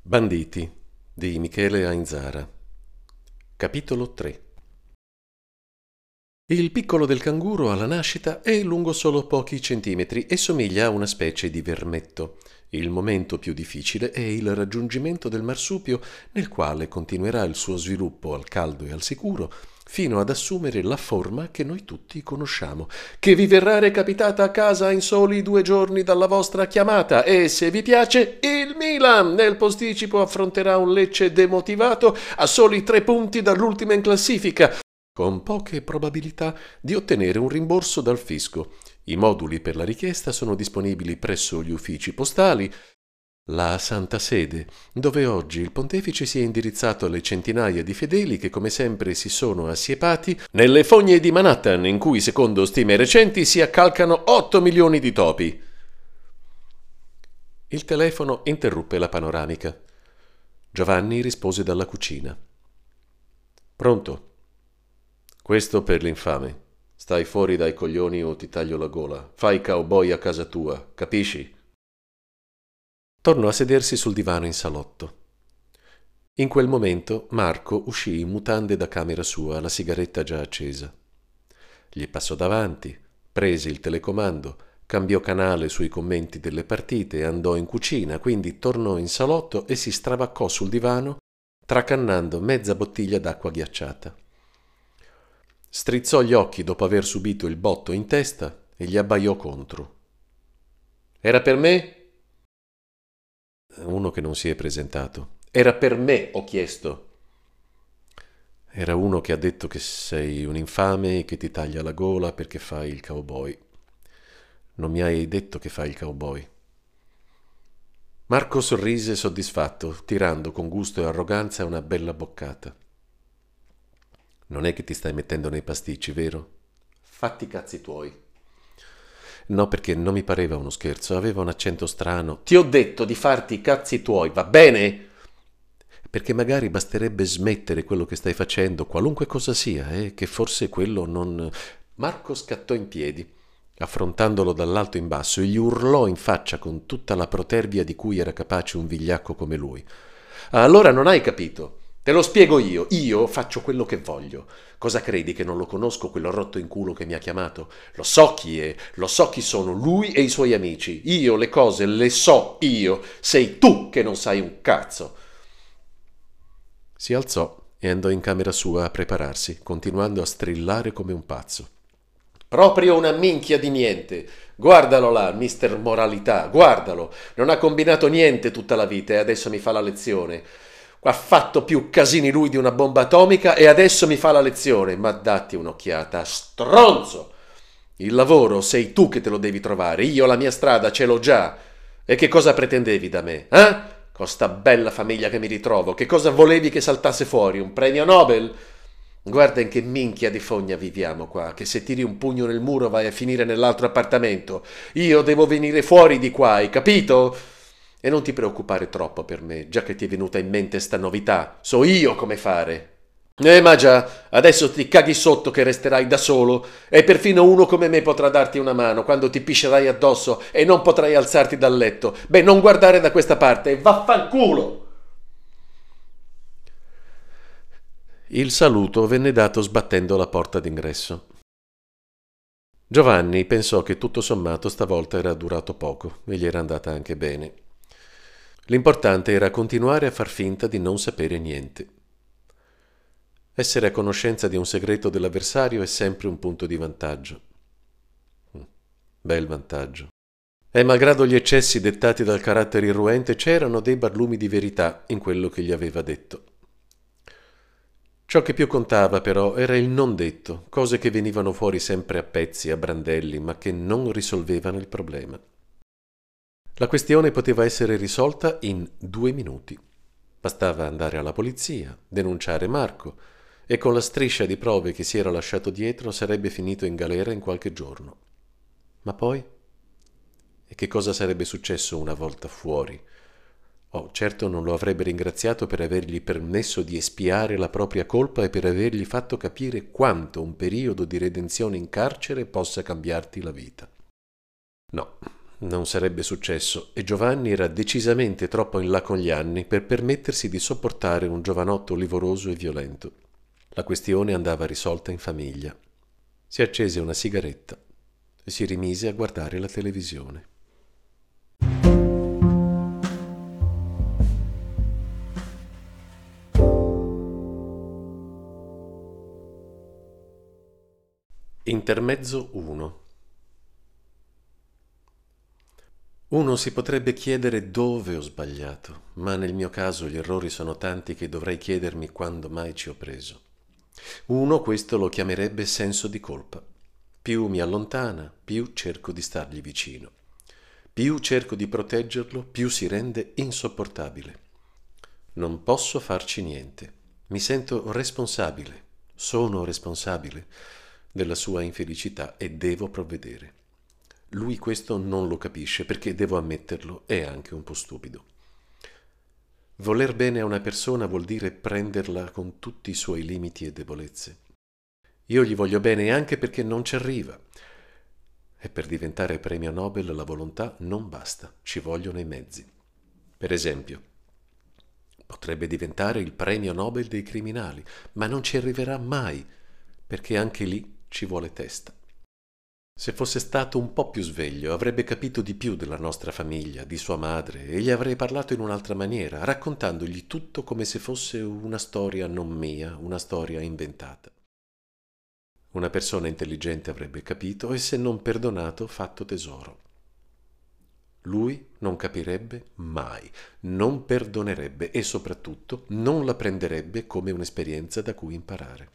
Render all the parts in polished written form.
Banditi di Michele Ainzara. Capitolo 3. Il piccolo del canguro alla nascita è lungo solo pochi centimetri e somiglia a una specie di vermetto. Il momento più difficile è il raggiungimento del marsupio, nel quale continuerà il suo sviluppo al caldo e al sicuro, fino ad assumere la forma che noi tutti conosciamo, che vi verrà recapitata a casa in soli 2 giorni dalla vostra chiamata e, se vi piace, il Milan nel posticipo affronterà un Lecce demotivato a soli 3 punti dall'ultima in classifica, con poche probabilità di ottenere un rimborso dal fisco. I moduli per la richiesta sono disponibili presso gli uffici postali, la Santa Sede, dove oggi il pontefice si è indirizzato alle centinaia di fedeli che come sempre si sono assiepati nelle fogne di Manhattan, in cui secondo stime recenti si accalcano 8 milioni di topi. Il telefono interruppe la panoramica. Giovanni rispose dalla cucina. Pronto? Questo per l'infame. Stai fuori dai coglioni o ti taglio la gola. Fai cowboy a casa tua, capisci? Tornò a sedersi sul divano in salotto. In quel momento Marco uscì in mutande da camera sua, la sigaretta già accesa. Gli passò davanti, prese il telecomando, cambiò canale sui commenti delle partite e andò in cucina, quindi tornò in salotto e si stravaccò sul divano, tracannando mezza bottiglia d'acqua ghiacciata. Strizzò gli occhi dopo aver subito il botto in testa e gli abbaiò contro. «Era per me?» Uno che non si è presentato. «Era per me, ho chiesto». Era uno che ha detto che sei un infame e che ti taglia la gola perché fai il cowboy. Non mi hai detto che fai il cowboy. Marco sorrise soddisfatto, tirando con gusto e arroganza una bella boccata. Non è che ti stai mettendo nei pasticci, vero? Fatti i cazzi tuoi. No, perché non mi pareva uno scherzo, aveva un accento strano. Ti ho detto di farti i cazzi tuoi, va bene? Perché magari basterebbe smettere quello che stai facendo, qualunque cosa sia, che forse quello non... Marco scattò in piedi, affrontandolo dall'alto in basso, e gli urlò in faccia con tutta la protervia di cui era capace un vigliacco come lui. Allora non hai capito. Te lo spiego io faccio quello che voglio. Cosa credi che non lo conosco quello rotto in culo che mi ha chiamato? Lo so chi è, lo so chi sono lui e i suoi amici. Io le cose le so io, sei tu che non sai un cazzo. Si alzò e andò in camera sua a prepararsi, continuando a strillare come un pazzo. Proprio una minchia di niente. Guardalo là, mister Moralità, guardalo. Non ha combinato niente tutta la vita e adesso mi fa la lezione. Ha fatto più casini lui di una bomba atomica e adesso mi fa la lezione. Ma datti un'occhiata, stronzo! Il lavoro sei tu che te lo devi trovare, io la mia strada ce l'ho già. E che cosa pretendevi da me, eh? Con sta bella famiglia che mi ritrovo, che cosa volevi che saltasse fuori? Un premio Nobel? Guarda in che minchia di fogna viviamo qua, che se tiri un pugno nel muro vai a finire nell'altro appartamento. Io devo venire fuori di qua, hai capito? E non ti preoccupare troppo per me, già che ti è venuta in mente sta novità. So io come fare. Ma già, adesso ti caghi sotto che resterai da solo e perfino uno come me potrà darti una mano quando ti piscerai addosso e non potrai alzarti dal letto. Beh, non guardare da questa parte, vaffanculo! Il saluto venne dato sbattendo la porta d'ingresso. Giovanni pensò che tutto sommato stavolta era durato poco e gli era andata anche bene. L'importante era continuare a far finta di non sapere niente. Essere a conoscenza di un segreto dell'avversario è sempre un punto di vantaggio. Bel vantaggio. E malgrado gli eccessi dettati dal carattere irruente, c'erano dei barlumi di verità in quello che gli aveva detto. Ciò che più contava, però, era il non detto, cose che venivano fuori sempre a pezzi, a brandelli, ma che non risolvevano il problema. La questione poteva essere risolta in 2 minuti. Bastava andare alla polizia, denunciare Marco, e con la striscia di prove che si era lasciato dietro sarebbe finito in galera in qualche giorno. Ma poi? E che cosa sarebbe successo una volta fuori? Oh, certo non lo avrebbe ringraziato per avergli permesso di espiare la propria colpa e per avergli fatto capire quanto un periodo di redenzione in carcere possa cambiarti la vita. No, non sarebbe successo e Giovanni era decisamente troppo in là con gli anni per permettersi di sopportare un giovanotto livoroso e violento. La questione andava risolta in famiglia. Si accese una sigaretta e si rimise a guardare la televisione. Intermezzo 1. Uno si potrebbe chiedere dove ho sbagliato, ma nel mio caso gli errori sono tanti che dovrei chiedermi quando mai ci ho preso. Uno questo lo chiamerebbe senso di colpa. Più mi allontana, più cerco di stargli vicino. Più cerco di proteggerlo, più si rende insopportabile. Non posso farci niente. Mi sento responsabile, sono responsabile della sua infelicità e devo provvedere. Lui questo non lo capisce perché, devo ammetterlo, è anche un po' stupido. Voler bene a una persona vuol dire prenderla con tutti i suoi limiti e debolezze. Io gli voglio bene anche perché non ci arriva. E per diventare premio Nobel la volontà non basta, ci vogliono i mezzi. Per esempio, potrebbe diventare il premio Nobel dei criminali, ma non ci arriverà mai, perché anche lì ci vuole testa. Se fosse stato un po' più sveglio, avrebbe capito di più della nostra famiglia, di sua madre, e gli avrei parlato in un'altra maniera, raccontandogli tutto come se fosse una storia non mia, una storia inventata. Una persona intelligente avrebbe capito e, se non perdonato, fatto tesoro. Lui non capirebbe mai, non perdonerebbe e soprattutto non la prenderebbe come un'esperienza da cui imparare.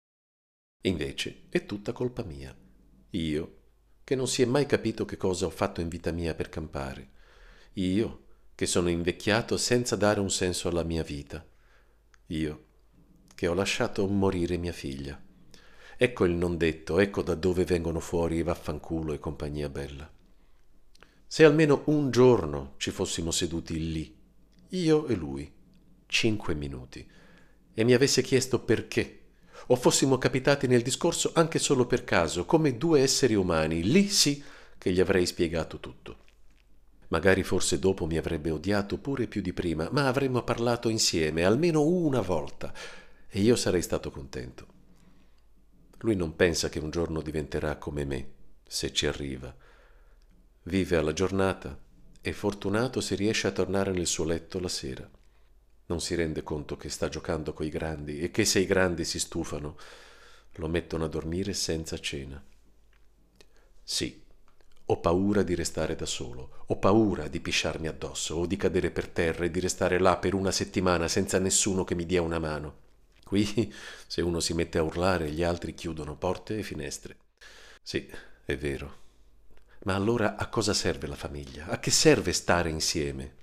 Invece è tutta colpa mia. Io, che non si è mai capito che cosa ho fatto in vita mia per campare. Io, che sono invecchiato senza dare un senso alla mia vita. Io, che ho lasciato morire mia figlia. Ecco il non detto, ecco da dove vengono fuori i vaffanculo e compagnia bella. Se almeno un giorno ci fossimo seduti lì, io e lui, 5 minuti, e mi avesse chiesto perché, o fossimo capitati nel discorso anche solo per caso, come due esseri umani, lì sì che gli avrei spiegato tutto. Magari forse dopo mi avrebbe odiato pure più di prima, ma avremmo parlato insieme almeno una volta e io sarei stato contento. Lui non pensa che un giorno diventerà come me, se ci arriva. Vive alla giornata e fortunato se riesce a tornare nel suo letto la sera. Non si rende conto che sta giocando coi grandi e che se i grandi si stufano lo mettono a dormire senza cena. Sì, ho paura di restare da solo, ho paura di pisciarmi addosso o di cadere per terra e di restare là per una settimana senza nessuno che mi dia una mano. Qui, se uno si mette a urlare, gli altri chiudono porte e finestre. Sì, è vero. Ma allora a cosa serve la famiglia? A che serve stare insieme?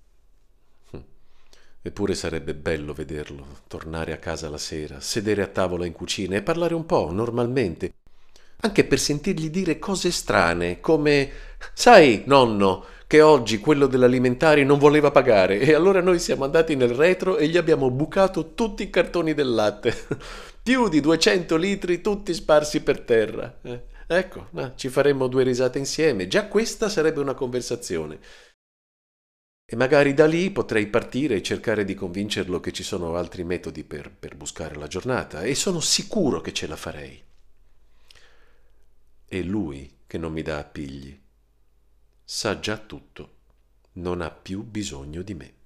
Eppure sarebbe bello vederlo, tornare a casa la sera, sedere a tavola in cucina e parlare un po', normalmente, anche per sentirgli dire cose strane, come «Sai, nonno, che oggi quello dell'alimentari non voleva pagare e allora noi siamo andati nel retro e gli abbiamo bucato tutti i cartoni del latte, più di 200 litri tutti sparsi per terra. Ecco, ci faremmo 2 risate insieme, già questa sarebbe una conversazione». E magari da lì potrei partire e cercare di convincerlo che ci sono altri metodi per buscare la giornata, e sono sicuro che ce la farei. E lui, che non mi dà appigli, sa già tutto, non ha più bisogno di me.